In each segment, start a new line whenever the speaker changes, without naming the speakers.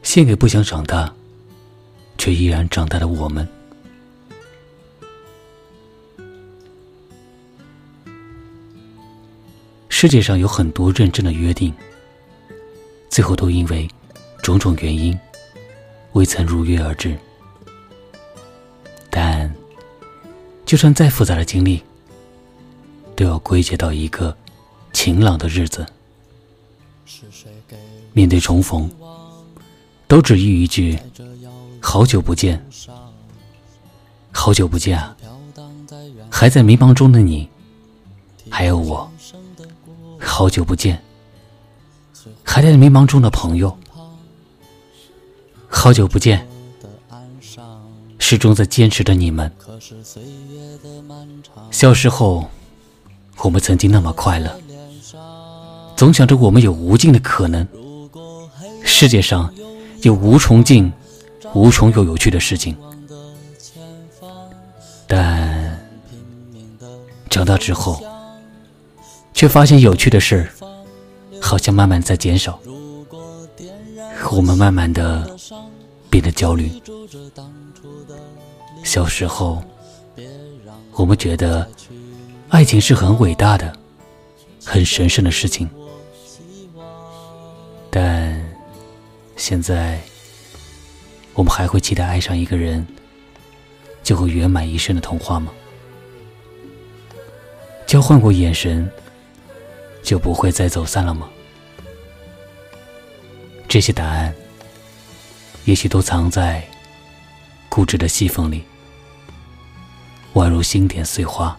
献给不想长大却依然长大的我们。世界上有很多认真的约定，最后都因为种种原因未曾如约而至。但就算再复杂的经历，都要归结到一个晴朗的日子。面对重逢，都只于一句好久不见。好久不见啊，还在迷茫中的你，还有我。好久不见，还在迷茫中的朋友。好久不见，始终在坚持的你们。小时候我们曾经那么快乐，总想着我们有无尽的可能，世界上有无穷尽无穷又有趣的事情。但长大之后，却发现有趣的事好像慢慢在减少，我们慢慢的变得焦虑。小时候我们觉得爱情是很伟大的很神圣的事情，但现在我们还会期待爱上一个人就会圆满一生的童话吗？交换过眼神就不会再走散了吗？这些答案也许都藏在固执的细缝里，宛如星点碎花。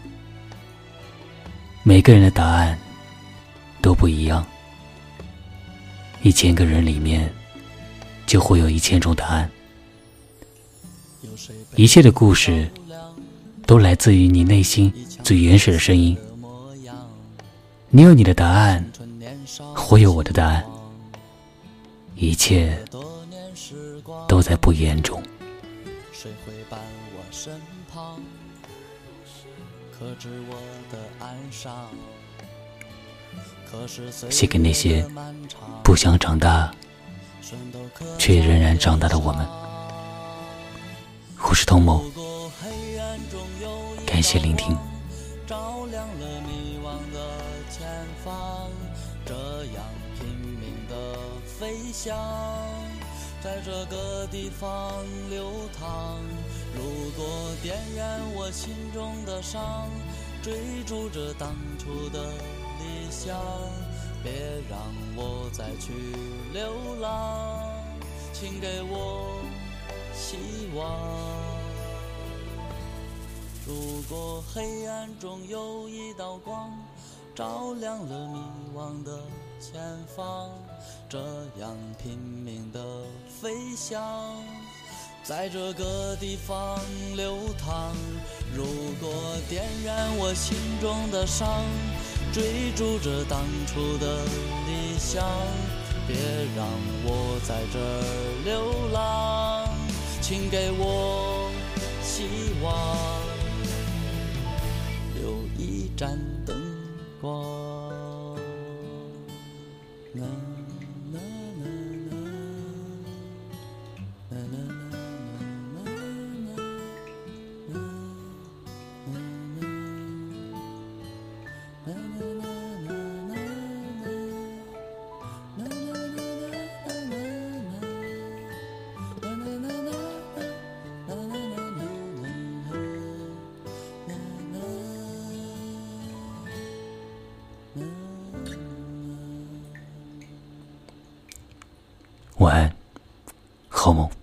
每个人的答案都不一样，1000个人里面就会有1000种答案。一切的故事都来自于你内心最原始的声音。你有你的答案，我有我的答案，一切都在不言中。谁会伴我身旁，可知我的岸上，写给那些不想长大却仍然长大的我们。我是童某，感谢聆听。照亮了迷惘的前方，这样拼命的飞翔，在这个地方流淌。如果点燃我心中的伤，追逐着当初的理想，别让我再去流浪，请给我希望。如果黑暗中有一道光，照亮了迷惘的前方，这样拼命的飞翔，在这个地方流淌。如果点燃我心中的伤，追逐着当初的理想，别让我在这儿流浪，请给我希望，留一盏灯光。晚安，好梦。